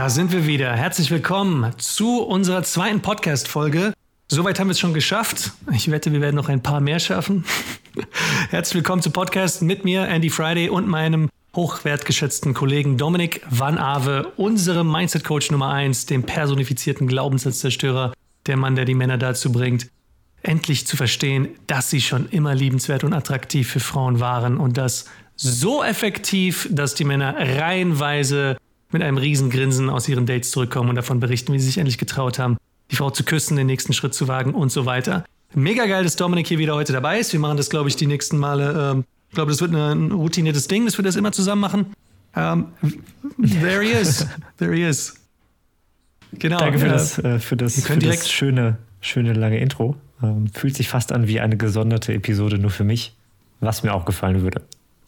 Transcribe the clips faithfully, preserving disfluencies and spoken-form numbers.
Da sind wir wieder. Herzlich willkommen zu unserer zweiten Podcast-Folge. Soweit haben wir es schon geschafft. Ich wette, wir werden noch ein paar mehr schaffen. Herzlich willkommen zum Podcast mit mir, Andy Friday, und meinem hochwertgeschätzten Kollegen Dominik Van Ave, unserem Mindset-Coach Nummer eins, dem personifizierten Glaubenssatzzerstörer, der Mann, der die Männer dazu bringt, endlich zu verstehen, dass sie schon immer liebenswert und attraktiv für Frauen waren und das so effektiv, dass die Männer reihenweise mit einem riesen Grinsen aus ihren Dates zurückkommen und davon berichten, wie sie sich endlich getraut haben, die Frau zu küssen, den nächsten Schritt zu wagen und so weiter. Mega geil, dass Dominik hier wieder heute dabei ist. Wir machen das, glaube ich, die nächsten Male. Ähm, ich glaube, das wird ein routiniertes Ding, dass wir das immer zusammen machen. Ähm, there he is. There he is. Genau. Danke für äh, das, äh, für das, für das schöne, schöne lange Intro. Ähm, fühlt sich fast an wie eine gesonderte Episode nur für mich, was mir auch gefallen würde.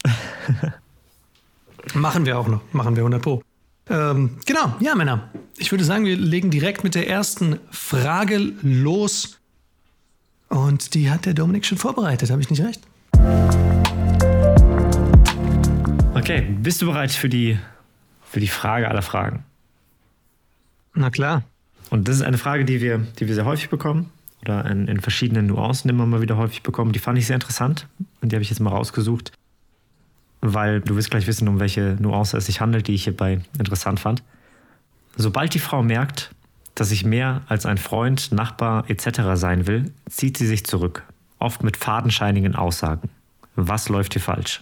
Machen wir auch noch. Machen wir hundert Pro. Ähm, genau, ja, Männer. Ich würde sagen, wir legen direkt mit der ersten Frage los. Und die hat der Dominik schon vorbereitet, habe ich nicht recht? Okay, bist du bereit für die, für die Frage aller Fragen? Na klar. Und das ist eine Frage, die wir, die wir sehr häufig bekommen oder in, in verschiedenen Nuancen immer mal wieder häufig bekommen. Die fand ich sehr interessant und die habe ich jetzt mal rausgesucht, weil du wirst gleich wissen, um welche Nuance es sich handelt, die ich hierbei interessant fand. Sobald die Frau merkt, dass ich mehr als ein Freund, Nachbar et cetera sein will, zieht sie sich zurück, oft mit fadenscheinigen Aussagen. Was läuft hier falsch?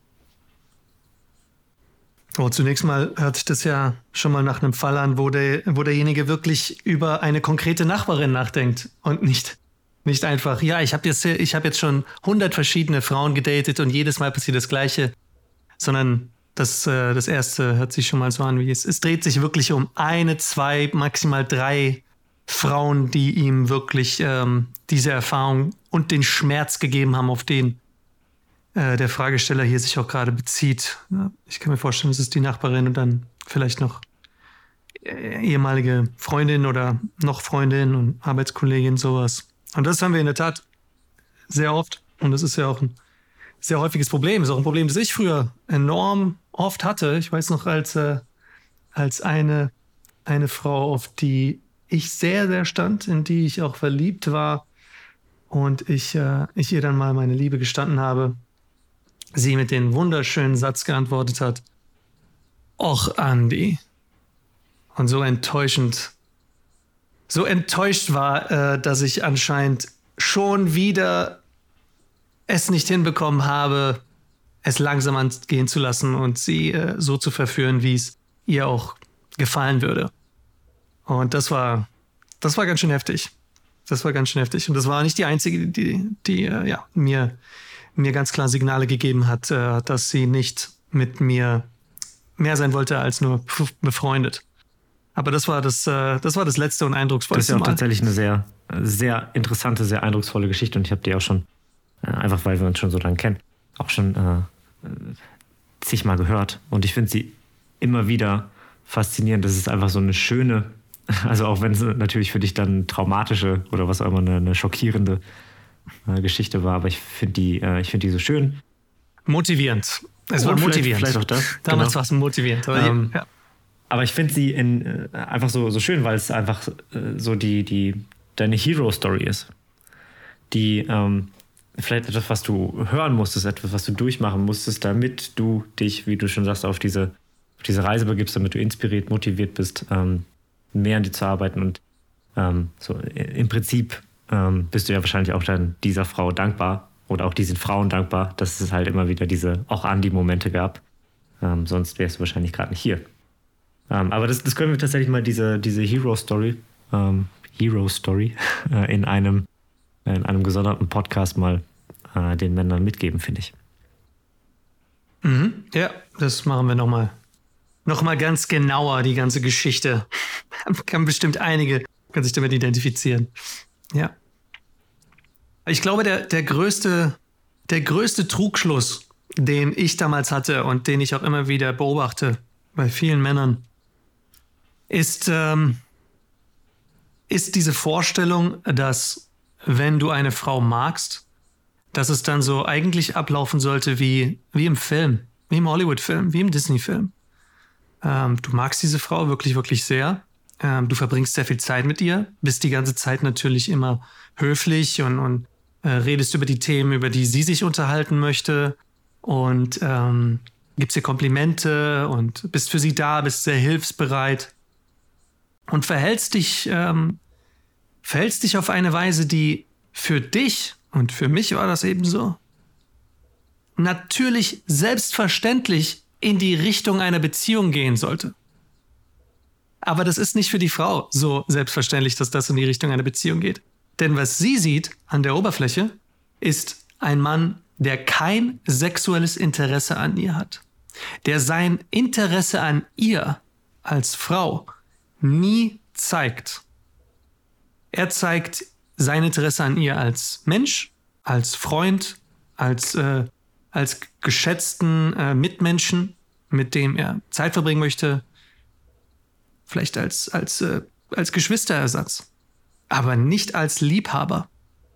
Oh, zunächst mal hört sich das ja schon mal nach einem Fall an, wo, der, wo derjenige wirklich über eine konkrete Nachbarin nachdenkt und nicht, nicht einfach, ja, ich habe jetzt, ich hab jetzt schon hundert verschiedene Frauen gedatet und jedes Mal passiert das Gleiche, sondern das, äh, das erste hört sich schon mal so an, wie es, es dreht sich wirklich um eine, zwei, maximal drei Frauen, die ihm wirklich ähm, diese Erfahrung und den Schmerz gegeben haben, auf den der Fragesteller hier sich auch gerade bezieht. Ich kann mir vorstellen, es ist die Nachbarin und dann vielleicht noch ehemalige Freundin oder noch Freundin und Arbeitskollegin, sowas. Und das haben wir in der Tat sehr oft. Und das ist ja auch ein sehr häufiges Problem. Das ist auch ein Problem, das ich früher enorm oft hatte. Ich weiß noch, als, äh, als eine, eine Frau, auf die ich sehr, sehr stand, in die ich auch verliebt war und ich, äh, ich ihr dann mal meine Liebe gestanden habe, sie mit dem wunderschönen Satz geantwortet hat: Och, Andi. Und so enttäuschend, so enttäuscht war, äh, dass ich anscheinend schon wieder es nicht hinbekommen habe, es langsam angehen zu lassen und sie äh, so zu verführen, wie es ihr auch gefallen würde. Und das war, das war ganz schön heftig. Das war ganz schön heftig. Und das war nicht die einzige, die, die äh, ja, mir mir ganz klar Signale gegeben hat, dass sie nicht mit mir mehr sein wollte als nur befreundet. Aber das war das, das war das letzte und eindrucksvollste Mal. Das ist ja auch tatsächlich eine sehr, sehr interessante, sehr eindrucksvolle Geschichte. Und ich habe die auch schon, einfach weil wir uns schon so lange kennen, auch schon äh, zigmal gehört. Und ich finde sie immer wieder faszinierend. Das ist einfach so eine schöne, also auch wenn es natürlich für dich dann traumatische oder was auch immer eine, eine schockierende Geschichte war, aber ich finde die, äh, ich finde die so schön. Motivierend. Es war motivierend. Vielleicht auch das. Damals genau. war es motivierend. Aber, ähm, ja. aber ich finde sie in, äh, einfach so, so schön, weil es einfach äh, so die, die, deine Hero-Story ist. Die ähm, vielleicht etwas, was du hören musstest, etwas, was du durchmachen musstest, damit du dich, wie du schon sagst, auf diese, auf diese Reise begibst, damit du inspiriert, motiviert bist, ähm, mehr an dir zu arbeiten und ähm, so im Prinzip Ähm, bist du ja wahrscheinlich auch dann dieser Frau dankbar oder auch diesen Frauen dankbar, dass es halt immer wieder diese auch Andi-Momente gab. Ähm, sonst wärst du wahrscheinlich gerade nicht hier. Ähm, aber das, das können wir tatsächlich mal diese, diese Hero-Story ähm, Hero-Story äh, in einem in einem gesonderten Podcast mal äh, den Männern mitgeben, finde ich. Mhm. Ja, das machen wir nochmal. Nochmal ganz genauer, die ganze Geschichte. Kann bestimmt einige, können sich damit identifizieren. Ja. Ich glaube, der, der, größte, der größte Trugschluss, den ich damals hatte und den ich auch immer wieder beobachte bei vielen Männern, ist, ähm, ist diese Vorstellung, dass wenn du eine Frau magst, dass es dann so eigentlich ablaufen sollte wie, wie im Film, wie im Hollywood-Film, wie im Disney-Film. Ähm, du magst diese Frau wirklich, wirklich sehr. Ähm, du verbringst sehr viel Zeit mit ihr, bist die ganze Zeit natürlich immer höflich und, und äh, redest über die Themen, über die sie sich unterhalten möchte und ähm, gibst ihr Komplimente und bist für sie da, bist sehr hilfsbereit und verhältst dich, ähm, verhältst dich auf eine Weise, die für dich, und für mich war das ebenso, natürlich selbstverständlich in die Richtung einer Beziehung gehen sollte. Aber das ist nicht für die Frau so selbstverständlich, dass das in die Richtung einer Beziehung geht. Denn was sie sieht an der Oberfläche, ist ein Mann, der kein sexuelles Interesse an ihr hat. Der sein Interesse an ihr als Frau nie zeigt. Er zeigt sein Interesse an ihr als Mensch, als Freund, als, äh, als geschätzten äh, Mitmenschen, mit dem er Zeit verbringen möchte, vielleicht als, als, äh, als Geschwisterersatz, aber nicht als Liebhaber.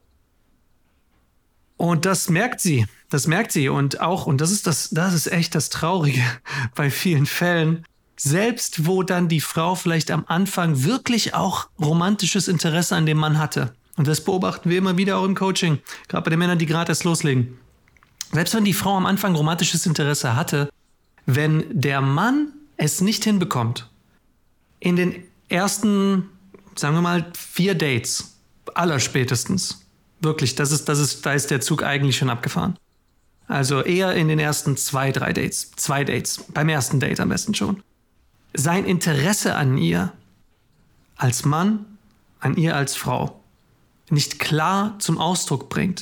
Und das merkt sie, das merkt sie und auch, und das ist das, das ist echt das Traurige bei vielen Fällen, selbst wo dann die Frau vielleicht am Anfang wirklich auch romantisches Interesse an dem Mann hatte. Und das beobachten wir immer wieder auch im Coaching, gerade bei den Männern, die gerade erst loslegen. Selbst wenn die Frau am Anfang romantisches Interesse hatte, wenn der Mann es nicht hinbekommt, in den ersten, sagen wir mal, vier Dates, allerspätestens, wirklich, das ist, das ist, da ist der Zug eigentlich schon abgefahren. Also eher in den ersten zwei, drei Dates, zwei Dates, beim ersten Date am besten schon. Sein Interesse an ihr als Mann, an ihr als Frau, nicht klar zum Ausdruck bringt,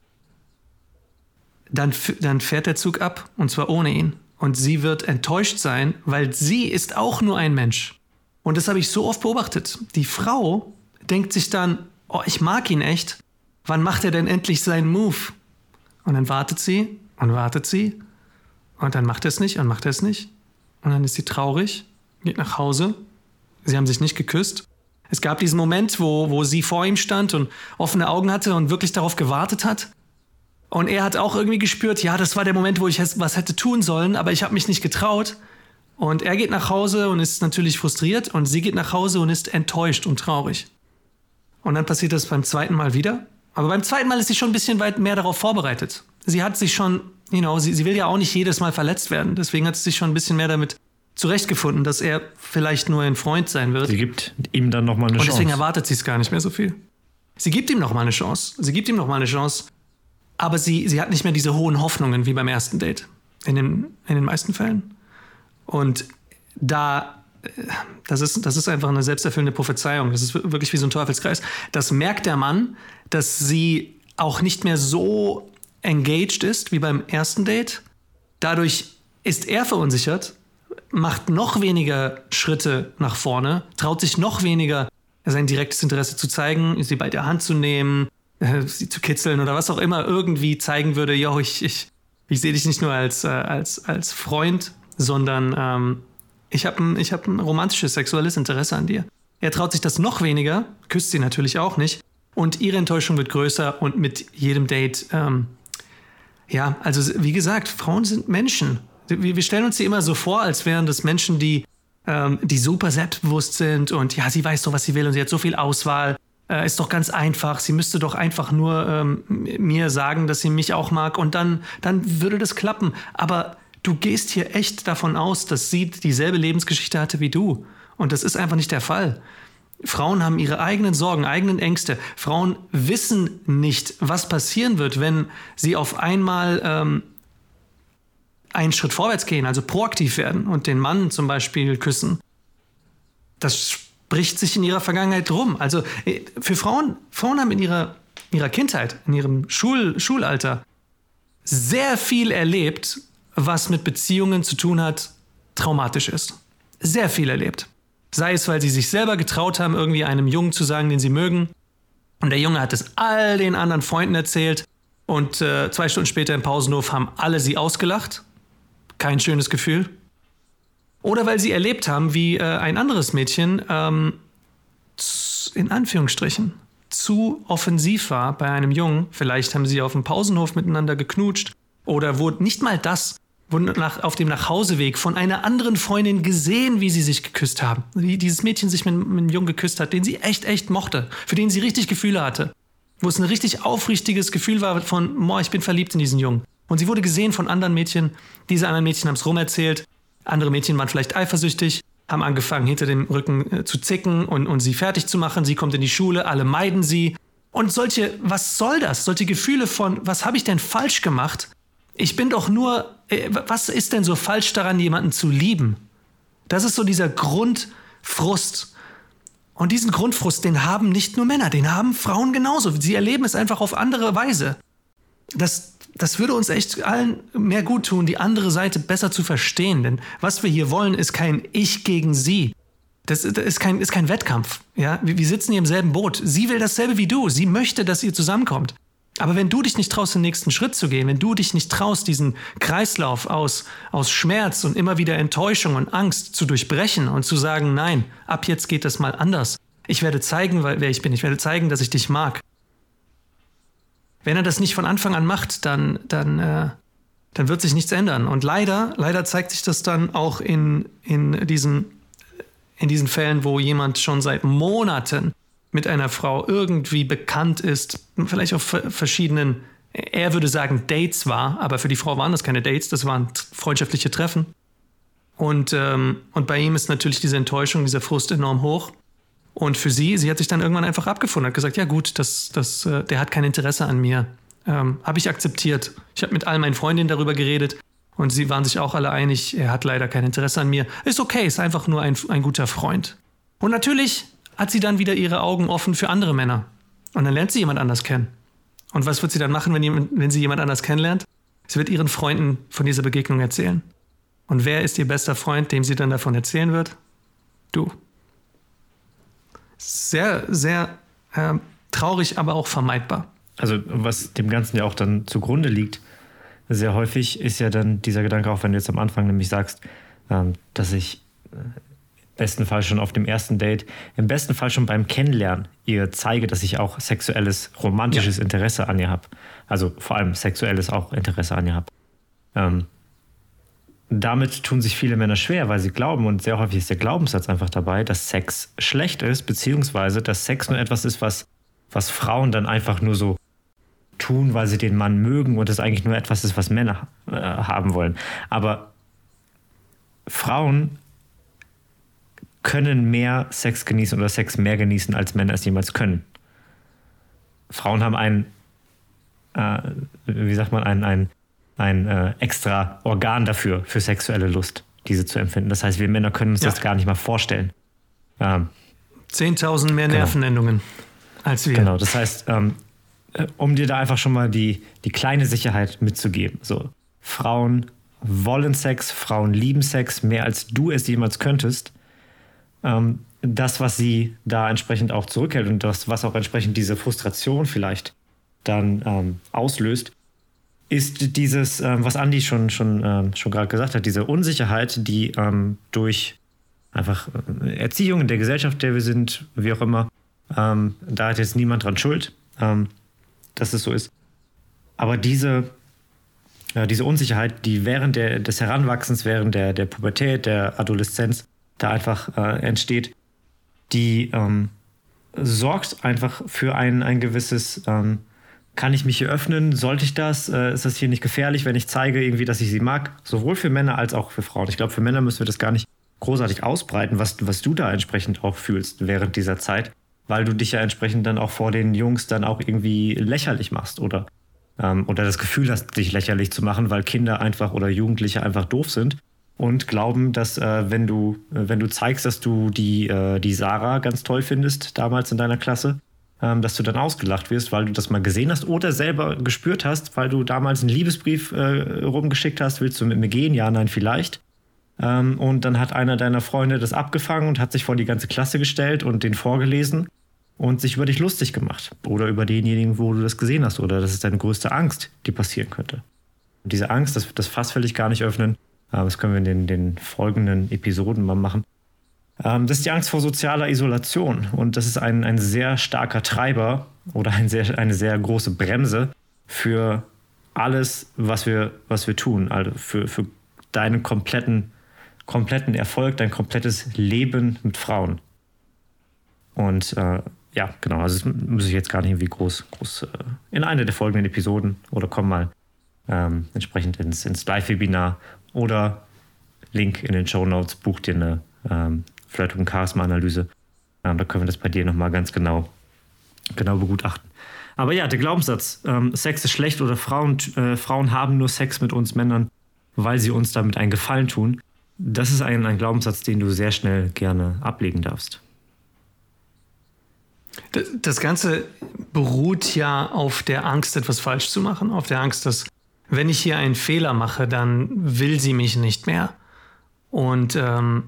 dann, dann fährt der Zug ab, und zwar ohne ihn. Und sie wird enttäuscht sein, weil sie ist auch nur ein Mensch. Und das habe ich so oft beobachtet. Die Frau denkt sich dann, oh, ich mag ihn echt. Wann macht er denn endlich seinen Move? Und dann wartet sie und wartet sie. Und dann macht er es nicht und macht er es nicht. Und dann ist sie traurig, geht nach Hause. Sie haben sich nicht geküsst. Es gab diesen Moment, wo, wo sie vor ihm stand und offene Augen hatte und wirklich darauf gewartet hat. Und er hat auch irgendwie gespürt, ja, das war der Moment, wo ich was hätte tun sollen, aber ich habe mich nicht getraut. Und er geht nach Hause und ist natürlich frustriert und sie geht nach Hause und ist enttäuscht und traurig. Und dann passiert das beim zweiten Mal wieder. Aber beim zweiten Mal ist sie schon ein bisschen weit mehr darauf vorbereitet. Sie hat sich schon, you know, sie, sie will ja auch nicht jedes Mal verletzt werden. Deswegen hat sie sich schon ein bisschen mehr damit zurechtgefunden, dass er vielleicht nur ein Freund sein wird. Sie gibt ihm dann nochmal eine Chance. Und deswegen erwartet sie es gar nicht mehr so viel. Sie gibt ihm nochmal eine Chance. Sie gibt ihm nochmal eine Chance. Aber sie, sie hat nicht mehr diese hohen Hoffnungen wie beim ersten Date. In den, in den meisten Fällen. Und da, das ist, das ist einfach eine selbsterfüllende Prophezeiung. Das ist wirklich wie so ein Teufelskreis. Das merkt der Mann, dass sie auch nicht mehr so engaged ist wie beim ersten Date. Dadurch ist er verunsichert, macht noch weniger Schritte nach vorne, traut sich noch weniger, sein direktes Interesse zu zeigen, sie bei der Hand zu nehmen, sie zu kitzeln oder was auch immer irgendwie zeigen würde, yo, ich, ich, ich sehe dich nicht nur als, äh, als, als Freund, sondern ähm, ich habe ein, ich hab ein romantisches, sexuelles Interesse an dir. Er traut sich das noch weniger, küsst sie natürlich auch nicht und ihre Enttäuschung wird größer und mit jedem Date, ähm, ja, also wie gesagt, Frauen sind Menschen. Wir, wir stellen uns sie immer so vor, als wären das Menschen, die, ähm, die super selbstbewusst sind und ja, sie weiß doch, was sie will und sie hat so viel Auswahl. Äh, ist doch ganz einfach. Sie müsste doch einfach nur ähm, mir sagen, dass sie mich auch mag und dann, dann würde das klappen. Aber du gehst hier echt davon aus, dass sie dieselbe Lebensgeschichte hatte wie du. Und das ist einfach nicht der Fall. Frauen haben ihre eigenen Sorgen, eigenen Ängste. Frauen wissen nicht, was passieren wird, wenn sie auf einmal ähm, einen Schritt vorwärts gehen, also proaktiv werden und den Mann zum Beispiel küssen. Das spricht sich in ihrer Vergangenheit rum. Also für Frauen, Frauen haben in ihrer, ihrer Kindheit, in ihrem Schul, Schulalter sehr viel erlebt, was mit Beziehungen zu tun hat, traumatisch ist. Sehr viel erlebt. Sei es, weil sie sich selber getraut haben, irgendwie einem Jungen zu sagen, den sie mögen. Und der Junge hat es all den anderen Freunden erzählt. Und äh, zwei Stunden später im Pausenhof haben alle sie ausgelacht. Kein schönes Gefühl. Oder weil sie erlebt haben, wie äh, ein anderes Mädchen ähm, in Anführungsstrichen zu offensiv war bei einem Jungen. Vielleicht haben sie auf dem Pausenhof miteinander geknutscht. Oder wurde nicht mal das, wurden nach, auf dem Nachhauseweg von einer anderen Freundin gesehen, wie sie sich geküsst haben. Wie dieses Mädchen sich mit, mit einem Jungen geküsst hat, den sie echt, echt mochte, für den sie richtig Gefühle hatte. Wo es ein richtig aufrichtiges Gefühl war von, boah, ich bin verliebt in diesen Jungen. Und sie wurde gesehen von anderen Mädchen. Diese anderen Mädchen haben es rumerzählt. Andere Mädchen waren vielleicht eifersüchtig, haben angefangen, hinter dem Rücken äh, zu zicken und, und sie fertig zu machen. Sie kommt in die Schule, alle meiden sie. Und solche, was soll das? Solche Gefühle von, was habe ich denn falsch gemacht? Ich bin doch nur, äh, was ist denn so falsch daran, jemanden zu lieben? Das ist so dieser Grundfrust. Und diesen Grundfrust, den haben nicht nur Männer, den haben Frauen genauso. Sie erleben es einfach auf andere Weise. Das, das würde uns echt allen mehr gut tun, die andere Seite besser zu verstehen. Denn was wir hier wollen, ist kein Ich gegen sie. Das, das ist, kein, ist kein Wettkampf. Ja? Wir, wir sitzen hier im selben Boot. Sie will dasselbe wie du. Sie möchte, dass ihr zusammenkommt. Aber wenn du dich nicht traust, den nächsten Schritt zu gehen, wenn du dich nicht traust, diesen Kreislauf aus, aus Schmerz und immer wieder Enttäuschung und Angst zu durchbrechen und zu sagen, nein, ab jetzt geht das mal anders. Ich werde zeigen, wer ich bin. Ich werde zeigen, dass ich dich mag. Wenn er das nicht von Anfang an macht, dann, dann, äh, dann wird sich nichts ändern. Und leider, leider zeigt sich das dann auch in, in, diesen, in diesen Fällen, wo jemand schon seit Monaten mit einer Frau irgendwie bekannt ist, vielleicht auf verschiedenen, er würde sagen Dates war, aber für die Frau waren das keine Dates, das waren freundschaftliche Treffen. Und, ähm, und bei ihm ist natürlich diese Enttäuschung, dieser Frust enorm hoch. Und für sie, sie hat sich dann irgendwann einfach abgefunden, hat gesagt, ja gut, das, das, äh, der hat kein Interesse an mir. Ähm, habe ich akzeptiert. Ich habe mit all meinen Freundinnen darüber geredet und sie waren sich auch alle einig, er hat leider kein Interesse an mir. Ist okay, ist einfach nur ein, ein guter Freund. Und natürlich hat sie dann wieder ihre Augen offen für andere Männer. Und dann lernt sie jemand anders kennen. Und was wird sie dann machen, wenn, jemand, wenn sie jemand anders kennenlernt? Sie wird ihren Freunden von dieser Begegnung erzählen. Und wer ist ihr bester Freund, dem sie dann davon erzählen wird? Du. Sehr, sehr äh, traurig, aber auch vermeidbar. Also was dem Ganzen ja auch dann zugrunde liegt, sehr häufig ist ja dann dieser Gedanke, auch wenn du jetzt am Anfang nämlich sagst, ähm, dass ich äh, im besten Fall schon auf dem ersten Date, im besten Fall schon beim Kennenlernen ihr zeige, dass ich auch sexuelles, romantisches ja. Interesse an ihr habe. Also vor allem sexuelles auch Interesse an ihr habe. Ähm, damit tun sich viele Männer schwer, weil sie glauben, und sehr häufig ist der Glaubenssatz einfach dabei, dass Sex schlecht ist, beziehungsweise dass Sex nur etwas ist, was, was Frauen dann einfach nur so tun, weil sie den Mann mögen und es eigentlich nur etwas ist, was Männer äh, haben wollen. Aber Frauen können mehr Sex genießen oder Sex mehr genießen, als Männer es jemals können. Frauen haben ein, äh, wie sagt man, ein, ein, ein äh, extra Organ dafür, für sexuelle Lust, diese zu empfinden. Das heißt, wir Männer können uns ja. das gar nicht mal vorstellen. Ähm, zehntausend mehr genau. Nervenendungen als wir. Genau, das heißt, ähm, um dir da einfach schon mal die, die kleine Sicherheit mitzugeben. So, Frauen wollen Sex, Frauen lieben Sex mehr als du es jemals könntest. Ähm, das, was sie da entsprechend auch zurückhält und das, was auch entsprechend diese Frustration vielleicht dann ähm, auslöst, ist dieses, ähm, was Andi schon, schon, ähm, schon gerade gesagt hat, diese Unsicherheit, die ähm, durch einfach äh, Erziehung in der Gesellschaft, der wir sind, wie auch immer, ähm, da hat jetzt niemand dran Schuld, ähm, dass es so ist. Aber diese, äh, diese Unsicherheit, die während der, des Heranwachsens, während der, der Pubertät, der Adoleszenz da einfach äh, entsteht, die ähm, sorgt einfach für ein, ein gewisses, ähm, kann ich mich hier öffnen, sollte ich das, äh, ist das hier nicht gefährlich, wenn ich zeige irgendwie, dass ich sie mag, sowohl für Männer als auch für Frauen. Ich glaube, für Männer müssen wir das gar nicht großartig ausbreiten, was, was du da entsprechend auch fühlst während dieser Zeit, weil du dich ja entsprechend dann auch vor den Jungs dann auch irgendwie lächerlich machst oder, ähm, oder das Gefühl hast, dich lächerlich zu machen, weil Kinder einfach oder Jugendliche einfach doof sind und glauben, dass äh, wenn du äh, wenn du zeigst, dass du die, äh, die Sarah ganz toll findest, damals in deiner Klasse, ähm, dass du dann ausgelacht wirst, weil du das mal gesehen hast oder selber gespürt hast, weil du damals einen Liebesbrief äh, rumgeschickt hast, willst du mit mir gehen? Ja, nein, vielleicht. Ähm, und dann hat einer deiner Freunde das abgefangen und hat sich vor die ganze Klasse gestellt und den vorgelesen und sich über dich lustig gemacht. Oder über denjenigen, wo du das gesehen hast. Oder das ist deine größte Angst, die passieren könnte. Und diese Angst, das, das Fass will ich gar nicht öffnen. Das können wir in den, den folgenden Episoden mal machen. Das ist die Angst vor sozialer Isolation. Und das ist ein, ein sehr starker Treiber oder ein sehr, eine sehr große Bremse für alles, was wir, was wir tun. Also für, für deinen kompletten, kompletten Erfolg, dein komplettes Leben mit Frauen. Und äh, ja, genau, also das muss ich jetzt gar nicht irgendwie groß, groß äh, in eine der folgenden Episoden oder komm mal ähm, entsprechend ins, ins Live-Webinar oder Link in den Shownotes, buch dir eine ähm, Flirt und Charisma-Analyse. Ähm, da können wir das bei dir nochmal ganz genau, genau begutachten. Aber ja, der Glaubenssatz, ähm, Sex ist schlecht oder Frauen, äh, Frauen haben nur Sex mit uns Männern, weil sie uns damit einen Gefallen tun, das ist ein, ein Glaubenssatz, den du sehr schnell gerne ablegen darfst. Das Ganze beruht ja auf der Angst, etwas falsch zu machen, auf der Angst, dass wenn ich hier einen Fehler mache, dann will sie mich nicht mehr. Und ähm,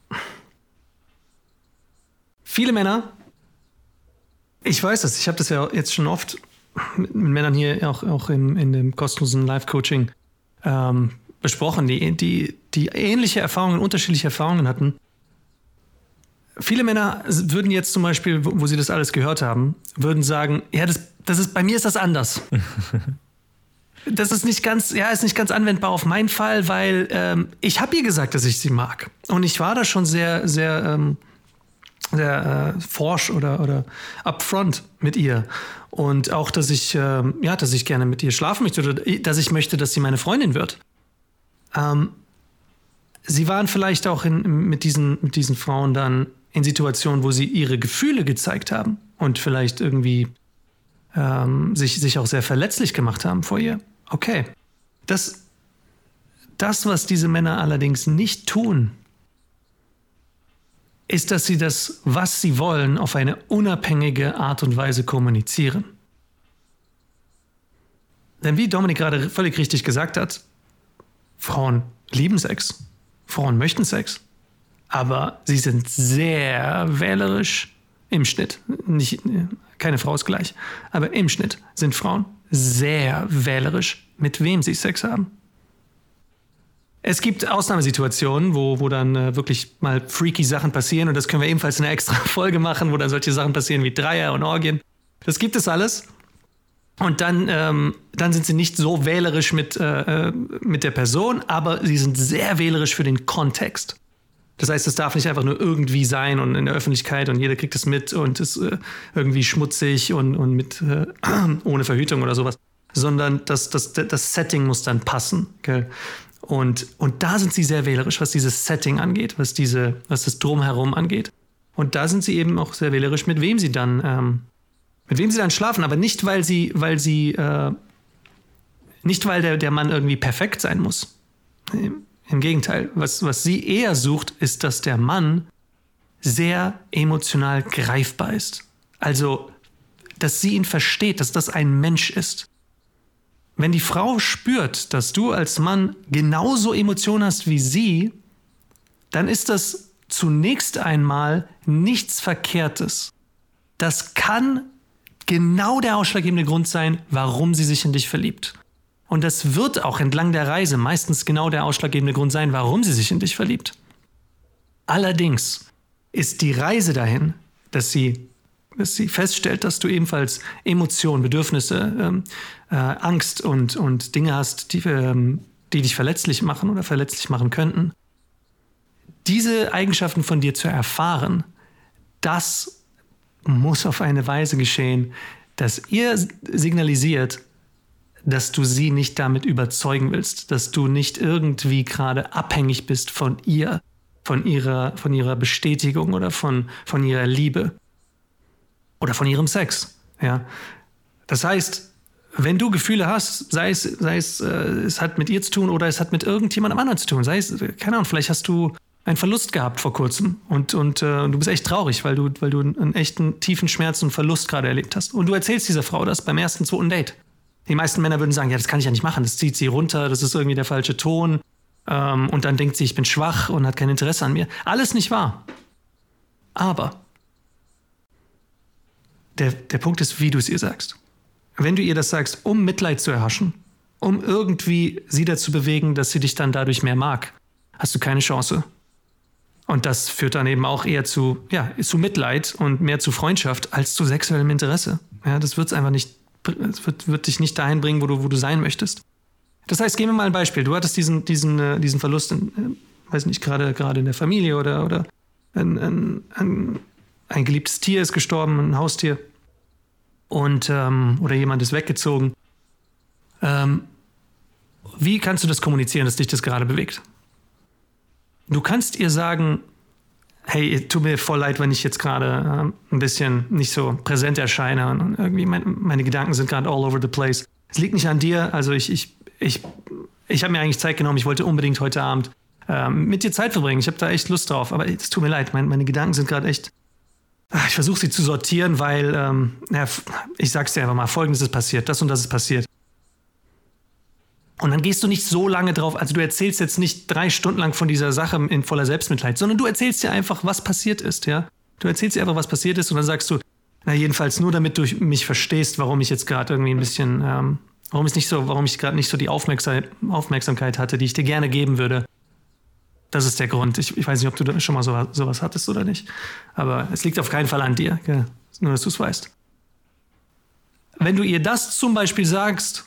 viele Männer, ich weiß das, ich habe das ja jetzt schon oft mit Männern hier auch, auch in, in dem kostenlosen Live-Coaching ähm, besprochen, die, die, die ähnliche Erfahrungen, unterschiedliche Erfahrungen hatten. Viele Männer würden jetzt zum Beispiel, wo, wo sie das alles gehört haben, würden sagen, ja, das, das ist, bei mir ist das anders. Das ist nicht ganz, ja, ist nicht ganz anwendbar auf meinen Fall, weil ähm, ich habe ihr gesagt, dass ich sie mag. Und ich war da schon sehr, sehr, ähm, sehr äh, forsch oder, oder upfront mit ihr. Und auch, dass ich, ähm, ja, dass ich gerne mit ihr schlafen möchte oder dass ich möchte, dass sie meine Freundin wird. Ähm, sie waren vielleicht auch in, mit, diesen, mit diesen Frauen dann in Situationen, wo sie ihre Gefühle gezeigt haben und vielleicht irgendwie ähm, sich, sich auch sehr verletzlich gemacht haben vor ihr. Okay. Das, das, was diese Männer allerdings nicht tun, ist, dass sie das, was sie wollen, auf eine unabhängige Art und Weise kommunizieren. Denn wie Dominik gerade völlig richtig gesagt hat, Frauen lieben Sex, Frauen möchten Sex, aber sie sind sehr wählerisch im Schnitt. Nicht, keine Frau ist gleich, aber im Schnitt sind Frauen sehr wählerisch, mit wem sie Sex haben. Es gibt Ausnahmesituationen, wo, wo dann äh, wirklich mal freaky Sachen passieren und das können wir ebenfalls in einer extra Folge machen, wo dann solche Sachen passieren wie Dreier und Orgien. Das gibt es alles. Und dann, ähm, dann sind sie nicht so wählerisch mit, äh, mit der Person, aber sie sind sehr wählerisch für den Kontext. Das heißt, es darf nicht einfach nur irgendwie sein und in der Öffentlichkeit und jeder kriegt es mit und ist äh, irgendwie schmutzig und, und mit, äh, ohne Verhütung oder sowas, sondern das, das, das Setting muss dann passen. Gell? Und, und da sind sie sehr wählerisch, was dieses Setting angeht, was, diese, was das Drumherum angeht. Und da sind sie eben auch sehr wählerisch, mit wem sie dann, ähm, mit wem sie dann schlafen. Aber nicht, weil sie, weil sie, äh, nicht weil der, der Mann irgendwie perfekt sein muss. Im Gegenteil, was, was sie eher sucht, ist, dass der Mann sehr emotional greifbar ist. Also, dass sie ihn versteht, dass das ein Mensch ist. Wenn die Frau spürt, dass du als Mann genauso Emotionen hast wie sie, dann ist das zunächst einmal nichts Verkehrtes. Das kann genau der ausschlaggebende Grund sein, warum sie sich in dich verliebt. Und das wird auch entlang der Reise meistens genau der ausschlaggebende Grund sein, warum sie sich in dich verliebt. Allerdings ist die Reise dahin, dass sie, dass sie feststellt, dass du ebenfalls Emotionen, Bedürfnisse, ähm, äh, Angst und, und Dinge hast, die, ähm, die dich verletzlich machen oder verletzlich machen könnten. Diese Eigenschaften von dir zu erfahren, das muss auf eine Weise geschehen, dass ihr signalisiert, dass du sie nicht damit überzeugen willst, dass du nicht irgendwie gerade abhängig bist von ihr, von ihrer, von ihrer Bestätigung oder von, von ihrer Liebe oder von ihrem Sex. Ja? Das heißt, wenn du Gefühle hast, sei es, sei es, äh, es hat mit ihr zu tun oder es hat mit irgendjemandem anderen zu tun, sei es, keine Ahnung, vielleicht hast du einen Verlust gehabt vor kurzem und, und äh, du bist echt traurig, weil du, weil du einen echten tiefen Schmerz und Verlust gerade erlebt hast. Und du erzählst dieser Frau das beim ersten, zweiten Date. Die meisten Männer würden sagen, ja, das kann ich ja nicht machen, das zieht sie runter, das ist irgendwie der falsche Ton. Ähm, und dann denkt sie, ich bin schwach und hat kein Interesse an mir. Alles nicht wahr. Aber der, der Punkt ist, wie du es ihr sagst. Wenn du ihr das sagst, um Mitleid zu erhaschen, um irgendwie sie dazu bewegen, dass sie dich dann dadurch mehr mag, hast du keine Chance. Und das führt dann eben auch eher zu, ja, zu Mitleid und mehr zu Freundschaft als zu sexuellem Interesse. Ja, das wird es einfach nicht, es wird, wird dich nicht dahin bringen, wo du, wo du sein möchtest. Das heißt, geben wir mal ein Beispiel. Du hattest diesen, diesen, diesen Verlust, in, weiß nicht, gerade, gerade in der Familie oder, oder ein, ein, ein, ein geliebtes Tier ist gestorben, ein Haustier. Und, ähm, oder jemand ist weggezogen. Ähm, wie kannst du das kommunizieren, dass dich das gerade bewegt? Du kannst ihr sagen, hey, tut mir voll leid, wenn ich jetzt gerade äh, ein bisschen nicht so präsent erscheine und irgendwie mein, meine Gedanken sind gerade all over the place. Es liegt nicht an dir, also ich, ich, ich, ich habe mir eigentlich Zeit genommen, ich wollte unbedingt heute Abend äh, mit dir Zeit verbringen. Ich habe da echt Lust drauf, aber es tut mir leid, mein, meine Gedanken sind gerade echt... Ich versuche sie zu sortieren, weil, ähm, ja, ich sag's dir einfach mal, Folgendes ist passiert, das und das ist passiert. Und dann gehst du nicht so lange drauf, also du erzählst jetzt nicht drei Stunden lang von dieser Sache in voller Selbstmitleid, sondern du erzählst dir einfach, was passiert ist, ja. Du erzählst dir einfach, was passiert ist und dann sagst du, na jedenfalls nur, damit du mich verstehst, warum ich jetzt gerade irgendwie ein bisschen, ähm, warum es nicht so, warum ich gerade nicht so die Aufmerksam- Aufmerksamkeit hatte, die ich dir gerne geben würde. Das ist der Grund. Ich, ich weiß nicht, ob du da schon mal so, sowas hattest oder nicht, aber es liegt auf keinen Fall an dir, gell? Nur, dass du es weißt. Wenn du ihr das zum Beispiel sagst,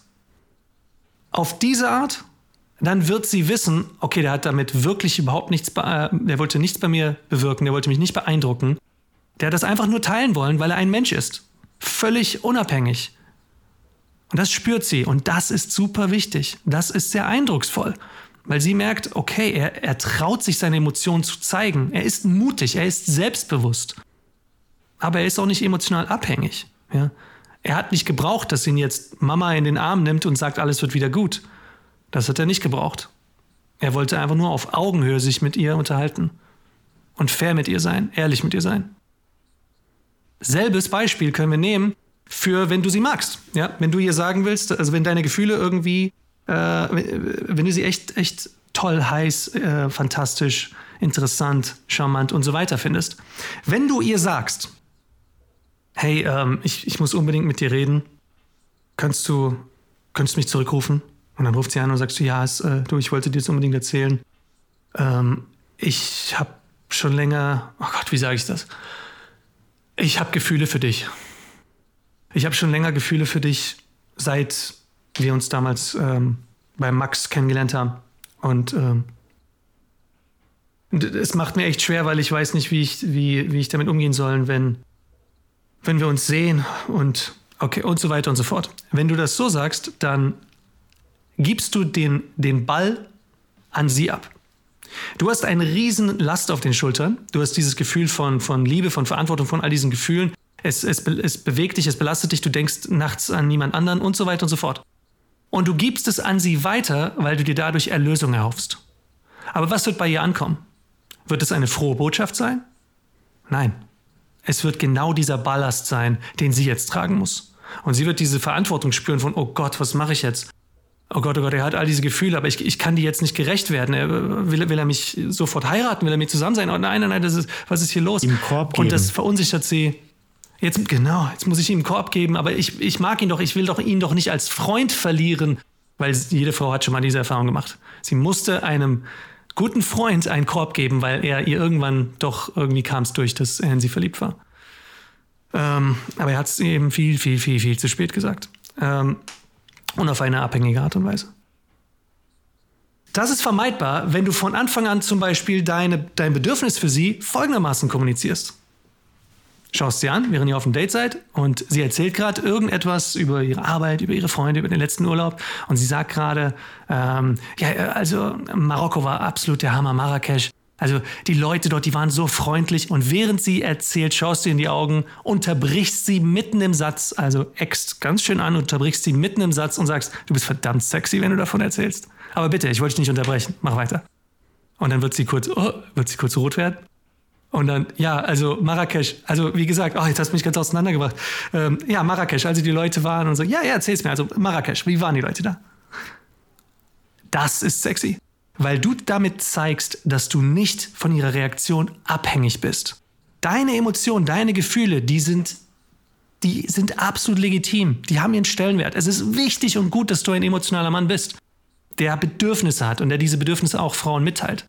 auf diese Art, dann wird sie wissen, okay, der hat damit wirklich überhaupt nichts, be- äh, der wollte nichts bei mir bewirken, der wollte mich nicht beeindrucken. Der hat das einfach nur teilen wollen, weil er ein Mensch ist. Völlig unabhängig. Und das spürt sie. Und das ist super wichtig. Das ist sehr eindrucksvoll. Weil sie merkt, okay, er, er traut sich, seine Emotionen zu zeigen. Er ist mutig, er ist selbstbewusst. Aber er ist auch nicht emotional abhängig. Ja? Er hat nicht gebraucht, dass ihn jetzt Mama in den Arm nimmt und sagt, alles wird wieder gut. Das hat er nicht gebraucht. Er wollte einfach nur auf Augenhöhe sich mit ihr unterhalten. Und fair mit ihr sein, ehrlich mit ihr sein. Selbes Beispiel können wir nehmen für, wenn du sie magst. Ja? Wenn du ihr sagen willst, also wenn deine Gefühle irgendwie, äh, wenn du sie echt, echt toll, heiß, äh, fantastisch, interessant, charmant und so weiter findest. Wenn du ihr sagst, hey, ähm, ich, ich muss unbedingt mit dir reden. Kannst du, könntest du mich zurückrufen? Und dann ruft sie an und sagst du, ja, es, äh, du, ich wollte dir das unbedingt erzählen. Ähm, ich habe schon länger, oh Gott, wie sage ich das? Ich habe Gefühle für dich. Ich habe schon länger Gefühle für dich, seit wir uns damals ähm, bei Max kennengelernt haben. Und ähm, es macht mir echt schwer, weil ich weiß nicht, wie ich, wie, wie ich damit umgehen soll, wenn wenn wir uns sehen und okay und so weiter und so fort. Wenn du das so sagst, dann gibst du den, den Ball an sie ab. Du hast eine riesen Last auf den Schultern. Du hast dieses Gefühl von, von Liebe, von Verantwortung, von all diesen Gefühlen. Es, es, es bewegt dich, es belastet dich, du denkst nachts an niemand anderen und so weiter und so fort. Und du gibst es an sie weiter, weil du dir dadurch Erlösung erhoffst. Aber was wird bei ihr ankommen? Wird es eine frohe Botschaft sein? Nein. Es wird genau dieser Ballast sein, den sie jetzt tragen muss. Und sie wird diese Verantwortung spüren von, oh Gott, was mache ich jetzt? Oh Gott, oh Gott, er hat all diese Gefühle, aber ich, ich kann die jetzt nicht gerecht werden. Er, will, will er mich sofort heiraten? Will er mit zusammen sein? Oh nein, nein, nein, das ist, was ist hier los? Ihm Korb geben. Und das verunsichert sie. Jetzt, genau, jetzt muss ich ihm einen Korb geben, aber ich, ich mag ihn doch, ich will doch ihn doch nicht als Freund verlieren, weil jede Frau hat schon mal diese Erfahrung gemacht. Sie musste einem guten Freund einen Korb geben, weil er ihr irgendwann doch, irgendwie kam es durch, dass er in sie verliebt war. Ähm, aber er hat es eben viel, viel, viel, viel zu spät gesagt. Ähm, und auf eine abhängige Art und Weise. Das ist vermeidbar, wenn du von Anfang an zum Beispiel deine, dein Bedürfnis für sie folgendermaßen kommunizierst. Schaust sie an, während ihr auf dem Date seid und sie erzählt gerade irgendetwas über ihre Arbeit, über ihre Freunde, über den letzten Urlaub und sie sagt gerade, ähm, ja, also Marokko war absolut der Hammer, Marrakesch. Also die Leute dort, die waren so freundlich und während sie erzählt, schaust du in die Augen, unterbrichst sie mitten im Satz, also eckst ganz schön an, unterbrichst sie mitten im Satz und sagst, du bist verdammt sexy, wenn du davon erzählst. Aber bitte, ich wollte dich nicht unterbrechen, mach weiter. Und dann wird sie kurz, oh, wird sie kurz rot werden. Und dann, ja, also Marrakesch, also wie gesagt, oh, jetzt hast du mich ganz auseinandergebracht. Ähm, ja, Marrakesch, also die Leute waren und so, ja, ja, erzähl's mir, also Marrakesch, wie waren die Leute da? Das ist sexy, weil du damit zeigst, dass du nicht von ihrer Reaktion abhängig bist. Deine Emotionen, deine Gefühle, die sind, die sind absolut legitim, die haben ihren Stellenwert. Es ist wichtig und gut, dass du ein emotionaler Mann bist, der Bedürfnisse hat und der diese Bedürfnisse auch Frauen mitteilt.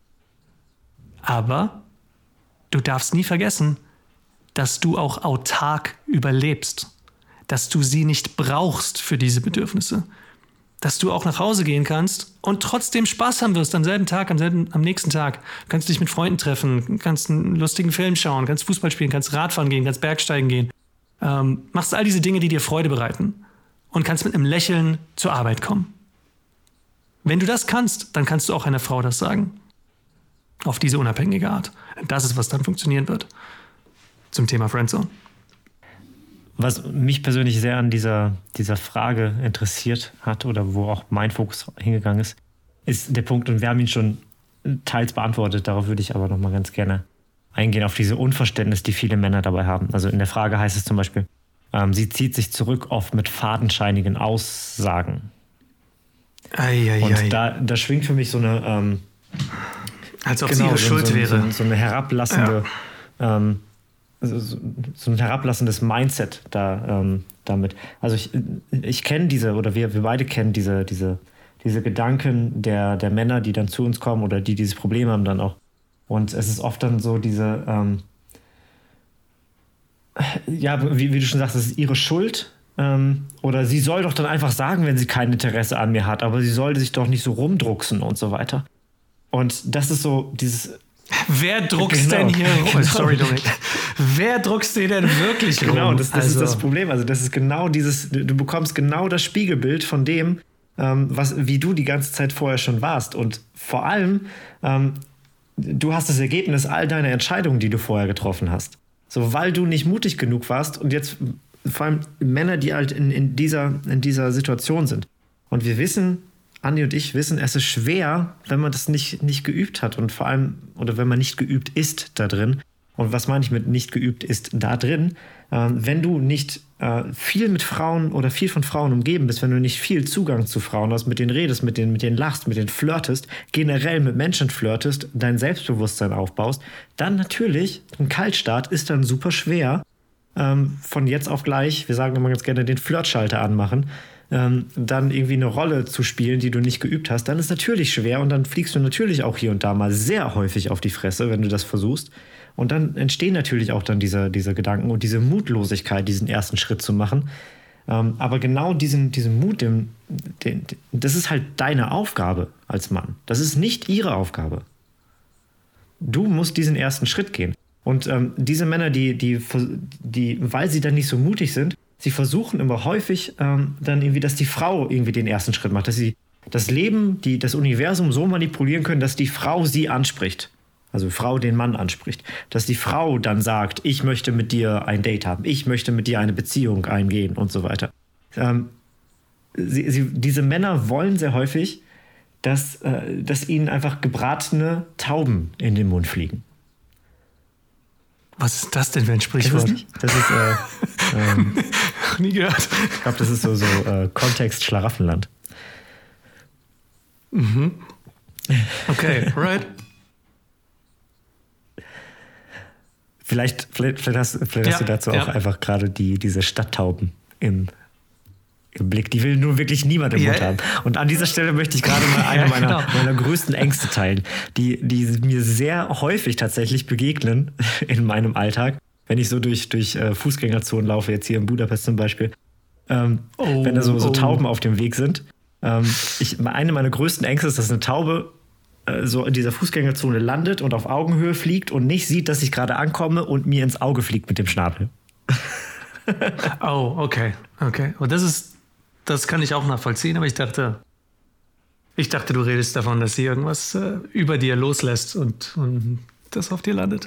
Aber du darfst nie vergessen, dass du auch autark überlebst, dass du sie nicht brauchst für diese Bedürfnisse. dass du auch nach Hause gehen kannst und trotzdem Spaß haben wirst am selben Tag, am selben, am nächsten Tag. Kannst dich mit Freunden treffen, kannst einen lustigen Film schauen, kannst Fußball spielen, kannst Radfahren gehen, kannst Bergsteigen gehen. Ähm, machst all diese Dinge, die dir Freude bereiten und kannst mit einem Lächeln zur Arbeit kommen. Wenn du das kannst, dann kannst du auch einer Frau das sagen. Auf diese unabhängige Art. Das ist, was dann funktionieren wird. Zum Thema Friendzone. Was mich persönlich sehr an dieser, dieser Frage interessiert hat oder wo auch mein Fokus hingegangen ist, ist der Punkt, und wir haben ihn schon teils beantwortet, darauf würde ich aber noch mal ganz gerne eingehen, auf diese Unverständnis, die viele Männer dabei haben. Also in der Frage heißt es zum Beispiel, ähm, sie zieht sich zurück oft mit fadenscheinigen Aussagen. Ei, ei, und ei. Da, da schwingt für mich so eine ähm, als ob genau, sie ihre so, Schuld so, wäre. So, so eine herablassende Ja. ähm, so, so ein herablassendes Mindset da ähm, damit. Also ich, ich kenne diese, oder wir, wir beide kennen diese, diese, diese Gedanken der, der Männer, die dann zu uns kommen oder die dieses Problem haben dann auch. Und es ist oft dann so diese, ähm, ja, wie, wie du schon sagst, es ist ihre Schuld. Ähm, oder sie soll doch dann einfach sagen, wenn sie kein Interesse an mir hat, aber sie sollte sich doch nicht so rumdrucksen und so weiter. Und das ist so dieses... Wer druckst genau. denn hier rum? Genau. Sorry, Dominik. Wer druckst dir denn wirklich rum? Genau, das, das also. ist das Problem. Also das ist genau dieses, du bekommst genau das Spiegelbild von dem, ähm, was, wie du die ganze Zeit vorher schon warst. Und vor allem, ähm, du hast das Ergebnis all deiner Entscheidungen, die du vorher getroffen hast. So, weil du nicht mutig genug warst und jetzt vor allem Männer, die halt in, in, dieser, in dieser Situation sind. Und wir wissen, Andi und ich wissen, es ist schwer, wenn man das nicht, nicht geübt hat und vor allem, oder wenn man nicht geübt ist da drin. Und was meine ich mit nicht geübt ist da drin? Äh, wenn du nicht äh, viel mit Frauen oder viel von Frauen umgeben bist, wenn du nicht viel Zugang zu Frauen hast, mit denen redest, mit denen, mit denen lachst, mit denen flirtest, generell mit Menschen flirtest, dein Selbstbewusstsein aufbaust, dann natürlich, ein Kaltstart ist dann super schwer, ähm, von jetzt auf gleich, wir sagen immer ganz gerne, den Flirtschalter anmachen, ähm, dann irgendwie eine Rolle zu spielen, die du nicht geübt hast, dann ist natürlich schwer und dann fliegst du natürlich auch hier und da mal sehr häufig auf die Fresse, wenn du das versuchst. Und dann entstehen natürlich auch dann diese, diese Gedanken und diese Mutlosigkeit, diesen ersten Schritt zu machen. Ähm, aber genau diesen, diesen Mut, den, den, das ist halt deine Aufgabe als Mann. Das ist nicht ihre Aufgabe. Du musst diesen ersten Schritt gehen. Und ähm, diese Männer, die, die, die, weil sie dann nicht so mutig sind, sie versuchen immer häufig ähm, dann irgendwie, dass die Frau irgendwie den ersten Schritt macht, dass sie das Leben, die, das Universum so manipulieren können, dass die Frau sie anspricht. Also Frau den Mann anspricht. Dass die Frau dann sagt, ich möchte mit dir ein Date haben, ich möchte mit dir eine Beziehung eingehen und so weiter. Ähm, sie, sie, diese Männer wollen sehr häufig, dass, äh, dass ihnen einfach gebratene Tauben in den Mund fliegen. Was ist das denn für ein Sprichwort? Das ist, das ist äh, ähm, nie gehört. Ich glaube, das ist so, so äh, Kontext Schlaraffenland. Mhm. Okay, right. Vielleicht, vielleicht, vielleicht, hast, vielleicht ja, hast du dazu ja. auch einfach gerade die, diese Stadttauben im, im Blick. Die will nur wirklich niemand im ja. Mund haben. Und an dieser Stelle möchte ich gerade mal eine ja, meiner, genau. meiner größten Ängste teilen, die, die mir sehr häufig tatsächlich begegnen in meinem Alltag, wenn ich so durch, durch äh, Fußgängerzonen laufe, jetzt hier in Budapest zum Beispiel, ähm, oh, wenn da so, so oh. Tauben auf dem Weg sind. Ähm, ich, eine meiner größten Ängste ist, dass eine Taube äh, so in dieser Fußgängerzone landet und auf Augenhöhe fliegt und nicht sieht, dass ich gerade ankomme und mir ins Auge fliegt mit dem Schnabel. Oh, okay, okay. Und das ist, das kann ich auch nachvollziehen, aber ich dachte, ich dachte, du redest davon, dass sie irgendwas äh, über dir loslässt und, und das auf dir landet.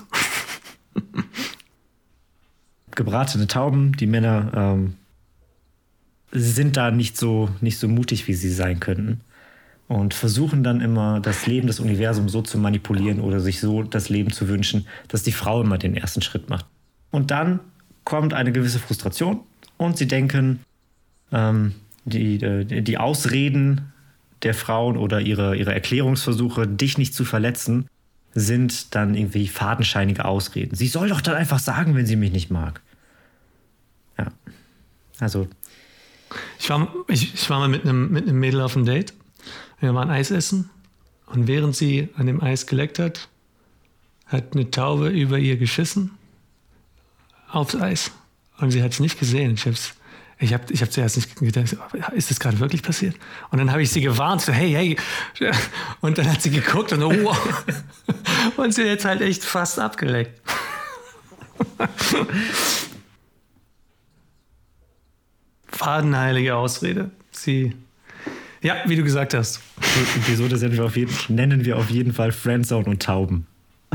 Gebratene Tauben, die Männer ähm, sind da nicht so, nicht so mutig, wie sie sein könnten. Und versuchen dann immer, das Leben, das Universum so zu manipulieren oder sich so das Leben zu wünschen, dass die Frau immer den ersten Schritt macht. Und dann kommt eine gewisse Frustration und sie denken, ähm, die, die, die Ausreden der Frauen oder ihre, ihre Erklärungsversuche, dich nicht zu verletzen, sind dann irgendwie fadenscheinige Ausreden. Sie soll doch dann einfach sagen, wenn sie mich nicht mag. Ja, also... Ich war, ich, ich war mal mit einem, mit einem Mädel auf einem Date. Wir waren Eis essen und während sie an dem Eis geleckt hat, hat eine Taube über ihr geschissen aufs Eis. Und sie hat es nicht gesehen. Ich habe es Ich habe ich hab zuerst nicht gedacht, ist das gerade wirklich passiert? Und dann habe ich sie gewarnt, so hey, hey. Und dann hat sie geguckt und so, wow. Und sie hat jetzt halt echt fast abgeleckt. Fadenheilige Ausrede. Sie, ja, wie du gesagt hast. Die Episode nennen wir auf jeden, nennen wir auf jeden Fall Friendzone und Tauben.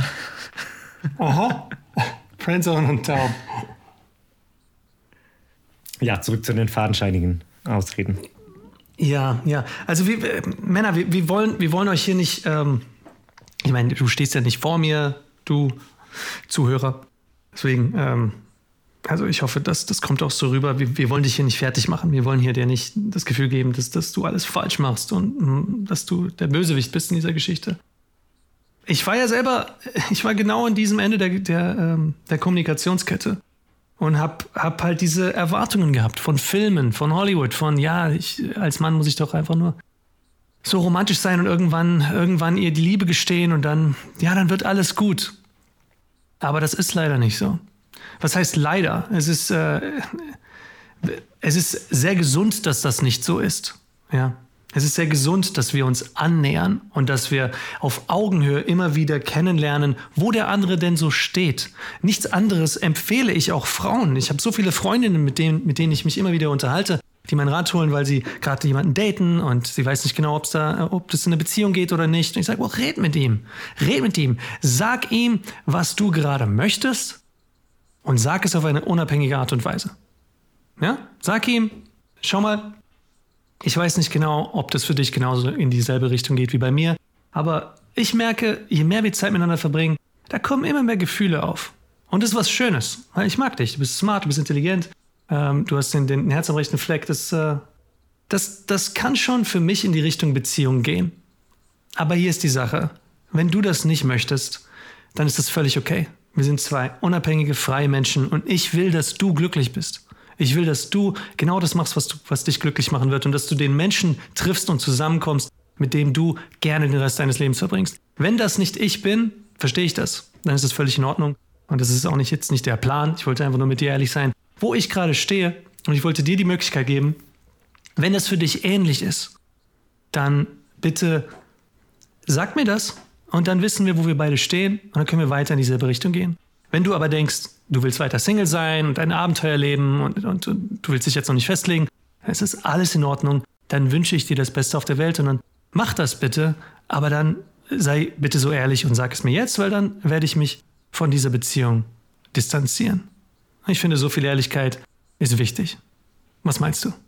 Aha. Friendzone und Tauben. Ja, zurück zu den fadenscheinigen Ausreden. Ja, ja. Also wir, äh, Männer, wir, wir, wollen, wir wollen euch hier nicht, ähm, ich meine, du stehst ja nicht vor mir, du Zuhörer. Deswegen, ähm, also ich hoffe, dass das kommt auch so rüber. Wir, wir wollen dich hier nicht fertig machen. Wir wollen hier dir nicht das Gefühl geben, dass, dass du alles falsch machst und mh, dass du der Bösewicht bist in dieser Geschichte. Ich war ja selber, ich war genau an diesem Ende der, der, ähm, der Kommunikationskette. Und hab, hab halt diese Erwartungen gehabt von Filmen, von Hollywood, von ja, ich, als Mann muss ich doch einfach nur so romantisch sein und irgendwann, irgendwann ihr die Liebe gestehen und dann, ja, dann wird alles gut. Aber das ist leider nicht so. Was heißt leider? Es ist, äh, es ist sehr gesund, dass das nicht so ist. Ja. Es ist sehr gesund, dass wir uns annähern und dass wir auf Augenhöhe immer wieder kennenlernen, wo der andere denn so steht. Nichts anderes empfehle ich auch Frauen. Ich habe so viele Freundinnen, mit denen, mit denen ich mich immer wieder unterhalte, die meinen Rat holen, weil sie gerade jemanden daten und sie weiß nicht genau, ob's da, ob das in eine Beziehung geht oder nicht. Und ich sage, well, red mit ihm. Red mit ihm. Sag ihm, was du gerade möchtest und sag es auf eine unabhängige Art und Weise. Ja? Sag ihm, schau mal, ich weiß nicht genau, ob das für dich genauso in dieselbe Richtung geht wie bei mir, aber ich merke, je mehr wir Zeit miteinander verbringen, da kommen immer mehr Gefühle auf. Und das ist was Schönes, weil ich mag dich, du bist smart, du bist intelligent, ähm, du hast den, den Herz am rechten Fleck, das, äh, das, das kann schon für mich in die Richtung Beziehung gehen. Aber hier ist die Sache, wenn du das nicht möchtest, dann ist das völlig okay. Wir sind zwei unabhängige, freie Menschen und ich will, dass du glücklich bist. Ich will, dass du genau das machst, was, du, was dich glücklich machen wird und dass du den Menschen triffst und zusammenkommst, mit dem du gerne den Rest deines Lebens verbringst. Wenn das nicht ich bin, verstehe ich das. Dann ist es völlig in Ordnung. Und das ist auch nicht jetzt nicht der Plan. Ich wollte einfach nur mit dir ehrlich sein, wo ich gerade stehe. Und ich wollte dir die Möglichkeit geben, wenn das für dich ähnlich ist, dann bitte sag mir das und dann wissen wir, wo wir beide stehen und dann können wir weiter in dieselbe Richtung gehen. Wenn du aber denkst, du willst weiter Single sein und ein Abenteuer leben und, und, und du willst dich jetzt noch nicht festlegen, dann ist das alles in Ordnung. Dann wünsche ich dir das Beste auf der Welt und dann mach das bitte, aber dann sei bitte so ehrlich und sag es mir jetzt, weil dann werde ich mich von dieser Beziehung distanzieren. Ich finde, so viel Ehrlichkeit ist wichtig. Was meinst du?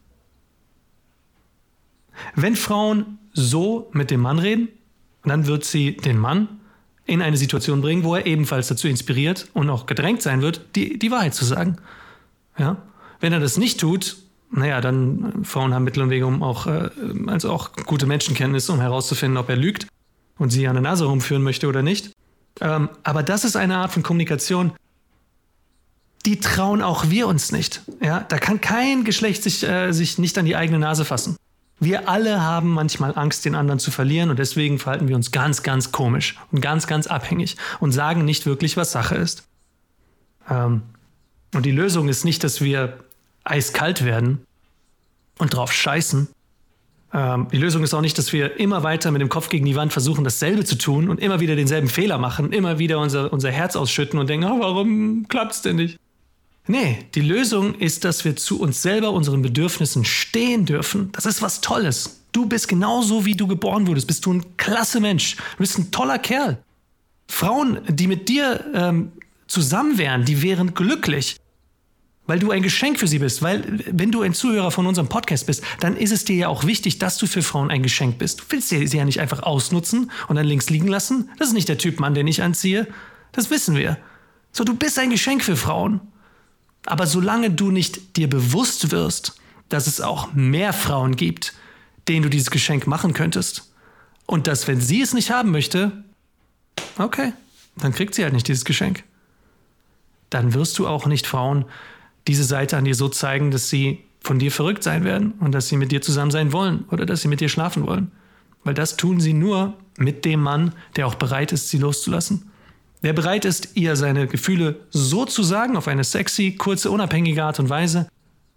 Wenn Frauen so mit dem Mann reden, dann wird sie den Mann in eine Situation bringen, wo er ebenfalls dazu inspiriert und auch gedrängt sein wird, die, die Wahrheit zu sagen. Ja? Wenn er das nicht tut, naja, dann Frauen haben Mittel und Wege, um auch, äh, also auch gute Menschenkenntnisse, um herauszufinden, ob er lügt und sie an der Nase rumführen möchte oder nicht. Ähm, aber das ist eine Art von Kommunikation, die trauen auch wir uns nicht. Ja? Da kann kein Geschlecht sich, äh, sich nicht an die eigene Nase fassen. Wir alle haben manchmal Angst, den anderen zu verlieren und deswegen verhalten wir uns ganz, ganz komisch und ganz, ganz abhängig und sagen nicht wirklich, was Sache ist. Ähm, und die Lösung ist nicht, dass wir eiskalt werden und drauf scheißen. Ähm, die Lösung ist auch nicht, dass wir immer weiter mit dem Kopf gegen die Wand versuchen, dasselbe zu tun und immer wieder denselben Fehler machen, immer wieder unser, unser Herz ausschütten und denken, oh, warum klappt's denn nicht? Nee, die Lösung ist, dass wir zu uns selber, unseren Bedürfnissen stehen dürfen. Das ist was Tolles. Du bist genauso, wie du geboren wurdest. Bist du ein klasse Mensch. Du bist ein toller Kerl. Frauen, die mit dir ähm, zusammen wären, die wären glücklich, weil du ein Geschenk für sie bist. Weil wenn du ein Zuhörer von unserem Podcast bist, dann ist es dir ja auch wichtig, dass du für Frauen ein Geschenk bist. Du willst sie ja nicht einfach ausnutzen und dann links liegen lassen. Das ist nicht der Typ Mann, den ich anziehe. Das wissen wir. So, du bist ein Geschenk für Frauen. Aber solange du nicht dir bewusst wirst, dass es auch mehr Frauen gibt, denen du dieses Geschenk machen könntest und dass, wenn sie es nicht haben möchte, okay, dann kriegt sie halt nicht dieses Geschenk. Dann wirst du auch nicht Frauen diese Seite an dir so zeigen, dass sie von dir verrückt sein werden und dass sie mit dir zusammen sein wollen oder dass sie mit dir schlafen wollen. Weil das tun sie nur mit dem Mann, der auch bereit ist, sie loszulassen. Der bereit ist, ihr seine Gefühle so zu sagen, auf eine sexy, kurze, unabhängige Art und Weise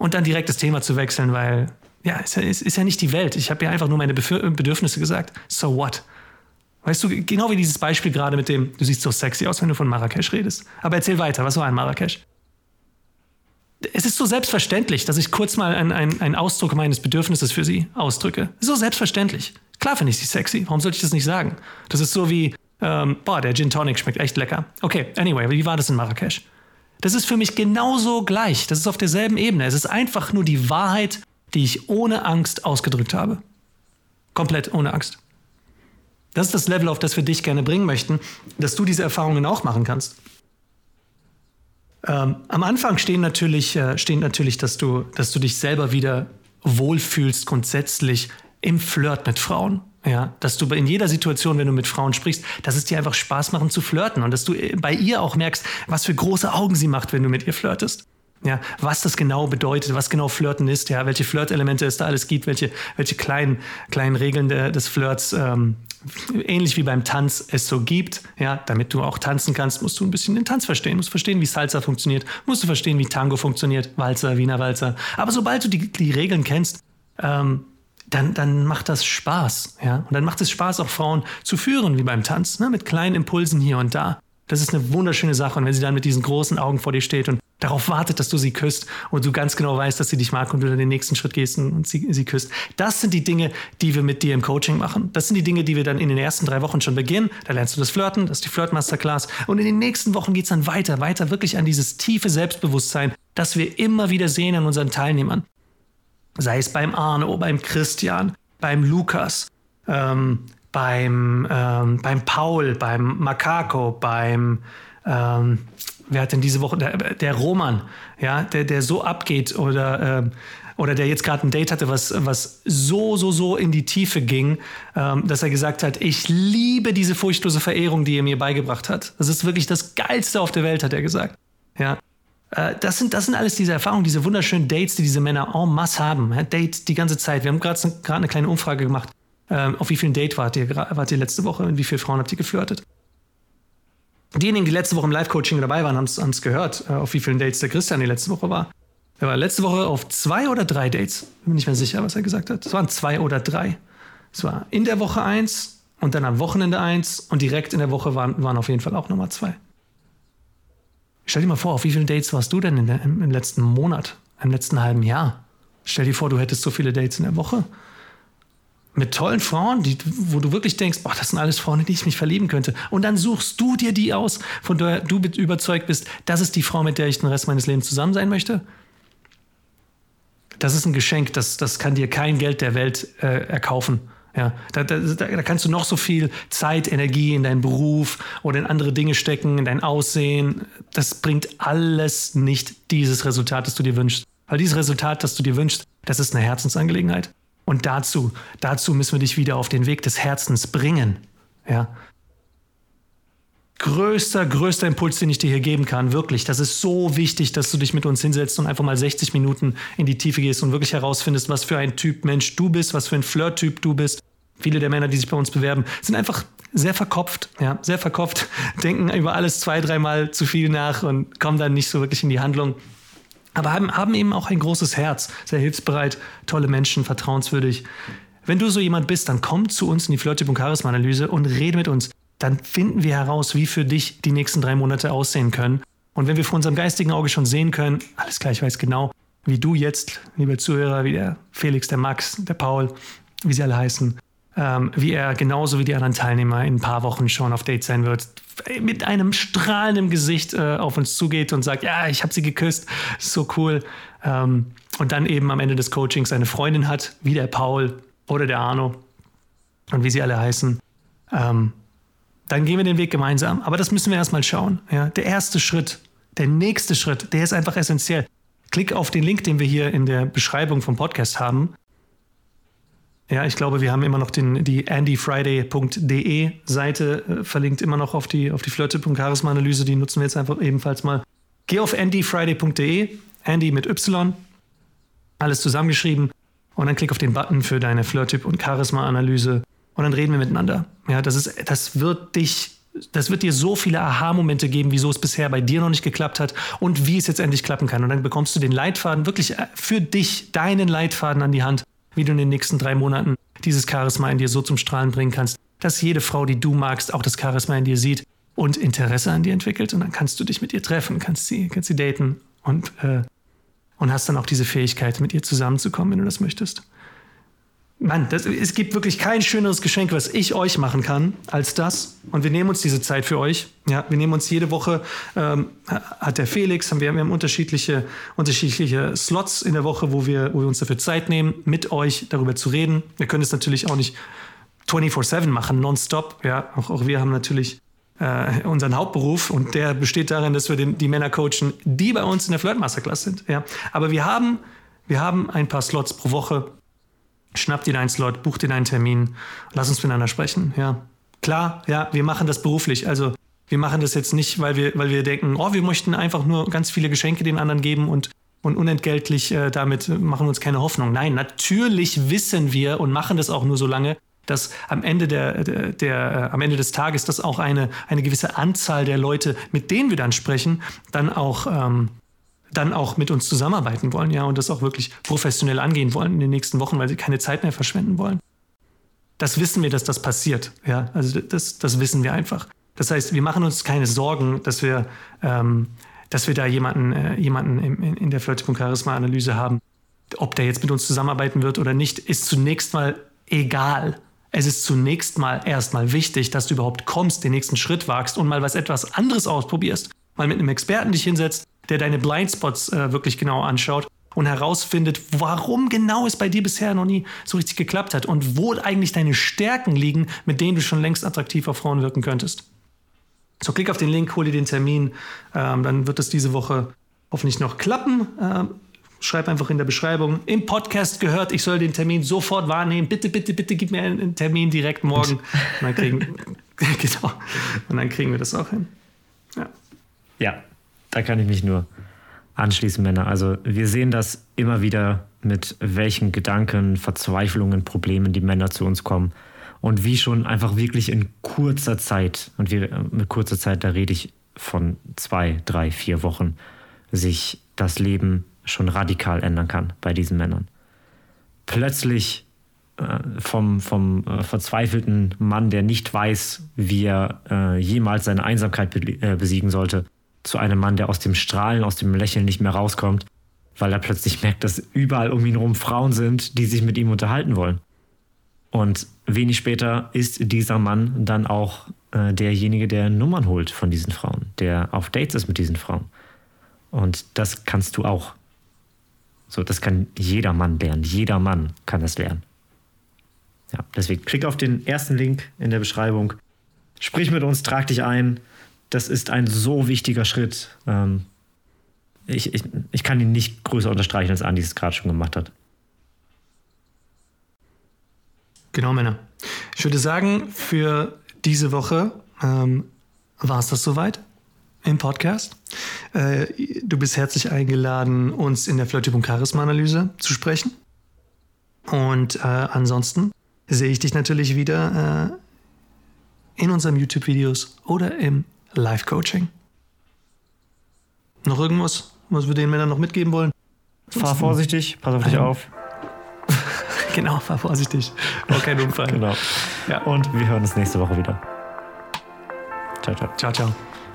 und dann direkt das Thema zu wechseln, weil, ja, ist ja, ist, ist ja nicht die Welt. Ich habe ja einfach nur meine Befür- Bedürfnisse gesagt. So what? Weißt du, genau wie dieses Beispiel gerade mit dem, du siehst so sexy aus, wenn du von Marrakesch redest. Aber erzähl weiter, was war in Marrakesch? Es ist so selbstverständlich, dass ich kurz mal einen ein Ausdruck meines Bedürfnisses für sie ausdrücke. So selbstverständlich. Klar finde ich sie sexy. Warum sollte ich das nicht sagen? Das ist so wie, ähm, boah, der Gin Tonic schmeckt echt lecker. Okay, anyway, wie war das in Marrakesch? Das ist für mich genauso gleich. Das ist auf derselben Ebene. Es ist einfach nur die Wahrheit, die ich ohne Angst ausgedrückt habe. Komplett ohne Angst. Das ist das Level, auf das wir dich gerne bringen möchten, dass du diese Erfahrungen auch machen kannst. Ähm, am Anfang stehen natürlich, äh, stehen natürlich, dass du, dass du dich selber wieder wohlfühlst grundsätzlich im Flirt mit Frauen. Ja, dass du in jeder Situation, wenn du mit Frauen sprichst, dass es dir einfach Spaß macht zu flirten und dass du bei ihr auch merkst, was für große Augen sie macht, wenn du mit ihr flirtest. Ja, was das genau bedeutet, was genau Flirten ist, ja, welche Flirtelemente es da alles gibt, welche, welche kleinen, kleinen Regeln de, des Flirts, ähm, ähnlich wie beim Tanz es so gibt. Ja, damit du auch tanzen kannst, musst du ein bisschen den Tanz verstehen, musst verstehen, wie Salsa funktioniert, musst du verstehen, wie Tango funktioniert, Walzer, Wiener Walzer. Aber sobald du die, die Regeln kennst, ähm, Dann, dann macht das Spaß. Ja? Und dann macht es Spaß, auch Frauen zu führen, wie beim Tanz, ne? Mit kleinen Impulsen hier und da. Das ist eine wunderschöne Sache. Und wenn sie dann mit diesen großen Augen vor dir steht und darauf wartet, dass du sie küsst und du ganz genau weißt, dass sie dich mag und du dann den nächsten Schritt gehst und sie, sie küsst. Das sind die Dinge, die wir mit dir im Coaching machen. Das sind die Dinge, die wir dann in den ersten drei Wochen schon beginnen. Da lernst du das Flirten, das ist die Flirt-Masterclass. Und in den nächsten Wochen geht es dann weiter, weiter wirklich an dieses tiefe Selbstbewusstsein, das wir immer wieder sehen an unseren Teilnehmern. Sei es beim Arno, beim Christian, beim Lukas, ähm, beim, ähm, beim Paul, beim Makako, beim, ähm, wer hat denn diese Woche, der, der Roman, ja, der, der so abgeht oder, ähm, oder der jetzt gerade ein Date hatte, was, was so, so, so in die Tiefe ging, ähm, dass er gesagt hat, ich liebe diese furchtlose Verehrung, die er mir beigebracht hat. Das ist wirklich das Geilste auf der Welt, hat er gesagt. Ja. Das sind, das sind alles diese Erfahrungen, diese wunderschönen Dates, die diese Männer en masse haben. Date die ganze Zeit. Wir haben gerade eine kleine Umfrage gemacht. Ähm, auf wie vielen Date wart ihr, wart ihr letzte Woche und wie viele Frauen habt ihr geflirtet? Diejenigen, die letzte Woche im Live-Coaching dabei waren, haben es gehört, äh, auf wie vielen Dates der Christian die letzte Woche war. Er war letzte Woche auf zwei oder drei Dates. Bin nicht mehr sicher, was er gesagt hat. Es waren zwei oder drei. Es war in der Woche eins und dann am Wochenende eins und direkt in der Woche waren, waren auf jeden Fall auch nochmal zwei. Stell dir mal vor, auf wie vielen Dates warst du denn in der, im, im letzten Monat, im letzten halben Jahr? Stell dir vor, du hättest so viele Dates in der Woche. Mit tollen Frauen, die, wo du wirklich denkst, boah, das sind alles Frauen, in die ich mich verlieben könnte. Und dann suchst du dir die aus, von der du überzeugt bist, das ist die Frau, mit der ich den Rest meines Lebens zusammen sein möchte. Das ist ein Geschenk, das, das kann dir kein Geld der Welt äh, erkaufen. Ja, da, da, da kannst du noch so viel Zeit, Energie in deinen Beruf oder in andere Dinge stecken, in dein Aussehen. Das bringt alles nicht dieses Resultat, das du dir wünschst. Weil dieses Resultat, das du dir wünschst, das ist eine Herzensangelegenheit. Und dazu, dazu müssen wir dich wieder auf den Weg des Herzens bringen. Ja. Größter, größter Impuls, den ich dir hier geben kann, wirklich. Das ist so wichtig, dass du dich mit uns hinsetzt und einfach mal sechzig Minuten in die Tiefe gehst und wirklich herausfindest, was für ein Typ Mensch du bist, was für ein Flirt-Typ du bist. Viele der Männer, die sich bei uns bewerben, sind einfach sehr verkopft, ja, sehr verkopft, denken über alles zwei, dreimal zu viel nach und kommen dann nicht so wirklich in die Handlung. Aber haben, haben eben auch ein großes Herz, sehr hilfsbereit, tolle Menschen, vertrauenswürdig. Wenn du so jemand bist, dann komm zu uns in die Flirt-Typ- und Charisma-Analyse und rede mit uns. Dann finden wir heraus, wie für dich die nächsten drei Monate aussehen können. Und wenn wir vor unserem geistigen Auge schon sehen können, alles klar, ich weiß genau, wie du jetzt, liebe Zuhörer, wie der Felix, der Max, der Paul, wie sie alle heißen, ähm, wie er genauso wie die anderen Teilnehmer in ein paar Wochen schon auf Date sein wird, mit einem strahlenden Gesicht äh, auf uns zugeht und sagt, ja, ich habe sie geküsst, so cool. Ähm, und dann eben am Ende des Coachings eine Freundin hat, wie der Paul oder der Arno und wie sie alle heißen. Ähm, dann gehen wir den Weg gemeinsam. Aber das müssen wir erstmal schauen. Ja? Der erste Schritt, der nächste Schritt, der ist einfach essentiell. Klick auf den Link, den wir hier in der Beschreibung vom Podcast haben. Ja, ich glaube, wir haben immer noch den, die andy friday punkt de Seite äh, verlinkt immer noch auf die, auf die Flirt-Typ- und Charisma-Analyse. Die nutzen wir jetzt einfach ebenfalls mal. Geh auf andy friday punkt de, Andy mit Y, alles zusammengeschrieben. Und dann klick auf den Button für deine Flirt-Typ- und Charisma-Analyse. Und dann reden wir miteinander. Ja, das ist, das wird dich das wird dir so viele Aha-Momente geben, wieso es bisher bei dir noch nicht geklappt hat und wie es jetzt endlich klappen kann. Und dann bekommst du den Leitfaden, wirklich für dich, deinen Leitfaden an die Hand, wie du in den nächsten drei Monaten dieses Charisma in dir so zum Strahlen bringen kannst, dass jede Frau, die du magst, auch das Charisma in dir sieht und Interesse an dir entwickelt. Und dann kannst du dich mit ihr treffen, kannst sie, kannst sie daten und, äh, und hast dann auch diese Fähigkeit, mit ihr zusammenzukommen, wenn du das möchtest. Mann, das, es gibt wirklich kein schöneres Geschenk, was ich euch machen kann, als das. Und wir nehmen uns diese Zeit für euch. Ja, wir nehmen uns jede Woche, ähm, hat der Felix, haben wir, wir haben unterschiedliche, unterschiedliche Slots in der Woche, wo wir, wo wir uns dafür Zeit nehmen, mit euch darüber zu reden. Wir können es natürlich auch nicht vierundzwanzig sieben machen, nonstop. Ja, auch, auch wir haben natürlich äh, unseren Hauptberuf und der besteht darin, dass wir den, die Männer coachen, die bei uns in der Flirt Masterclass sind. Ja, aber wir haben, wir haben ein paar Slots pro Woche. Schnapp dir deinen Slot, buch dir deinen Termin, lass uns miteinander sprechen. Ja, klar, ja, wir machen das beruflich. Also wir machen das jetzt nicht, weil wir, weil wir denken, oh, wir möchten einfach nur ganz viele Geschenke den anderen geben und, und unentgeltlich äh, damit machen wir uns keine Hoffnung. Nein, natürlich wissen wir und machen das auch nur so lange, dass am Ende, der, der, der, äh, am Ende des Tages das auch eine, eine gewisse Anzahl der Leute, mit denen wir dann sprechen, dann auch... Ähm, dann auch mit uns zusammenarbeiten wollen, ja, und das auch wirklich professionell angehen wollen in den nächsten Wochen, weil sie keine Zeit mehr verschwenden wollen. Das wissen wir, dass das passiert, ja, also das, das wissen wir einfach. Das heißt, wir machen uns keine Sorgen, dass wir, ähm, dass wir da jemanden, äh, jemanden in, in der Flirty.Charisma-Analyse haben. Ob der jetzt mit uns zusammenarbeiten wird oder nicht, ist zunächst mal egal. Es ist zunächst mal erstmal wichtig, dass du überhaupt kommst, den nächsten Schritt wagst und mal was etwas anderes ausprobierst. Mal mit einem Experten dich hinsetzt, der deine Blindspots äh, wirklich genau anschaut und herausfindet, warum genau es bei dir bisher noch nie so richtig geklappt hat und wo eigentlich deine Stärken liegen, mit denen du schon längst attraktiv auf Frauen wirken könntest. So, klick auf den Link, hol dir den Termin, ähm, dann wird es diese Woche hoffentlich noch klappen. Ähm, schreib einfach in der Beschreibung, im Podcast gehört, ich soll den Termin sofort wahrnehmen. Bitte, bitte, bitte gib mir einen Termin direkt morgen. Und dann kriegen, genau, und dann kriegen wir das auch hin. Ja. Ja. Da kann ich mich nur anschließen, Männer. Also wir sehen das immer wieder, mit welchen Gedanken, Verzweiflungen, Problemen die Männer zu uns kommen. Und wie schon einfach wirklich in kurzer Zeit, und wir, mit kurzer Zeit, da rede ich von zwei, drei, vier Wochen, sich das Leben schon radikal ändern kann bei diesen Männern. Plötzlich äh, vom, vom äh, verzweifelten Mann, der nicht weiß, wie er äh, jemals seine Einsamkeit be- äh, besiegen sollte, zu einem Mann, der aus dem Strahlen, aus dem Lächeln nicht mehr rauskommt, weil er plötzlich merkt, dass überall um ihn herum Frauen sind, die sich mit ihm unterhalten wollen. Und wenig später ist dieser Mann dann auch äh, derjenige, der Nummern holt von diesen Frauen, der auf Dates ist mit diesen Frauen. Und das kannst du auch. So, das kann jeder Mann lernen. Jeder Mann kann das lernen. Ja, deswegen klick auf den ersten Link in der Beschreibung. Sprich mit uns, trag dich ein. Das ist ein so wichtiger Schritt. Ähm, ich, ich, ich kann ihn nicht größer unterstreichen, als Andi es gerade schon gemacht hat. Genau, Männer. Ich würde sagen, für diese Woche ähm, war es das soweit im Podcast. Äh, du bist herzlich eingeladen, uns in der Flirty.Charisma-Analyse zu sprechen. Und äh, ansonsten sehe ich dich natürlich wieder äh, in unseren YouTube-Videos oder im Live-Coaching. Noch irgendwas, was wir den Männern noch mitgeben wollen? Fahr vorsichtig, pass auf dich auf. Genau, fahr vorsichtig. Auch kein Unfall. Genau. Ja. Und wir hören uns nächste Woche wieder. Ciao, ciao. Ciao, ciao.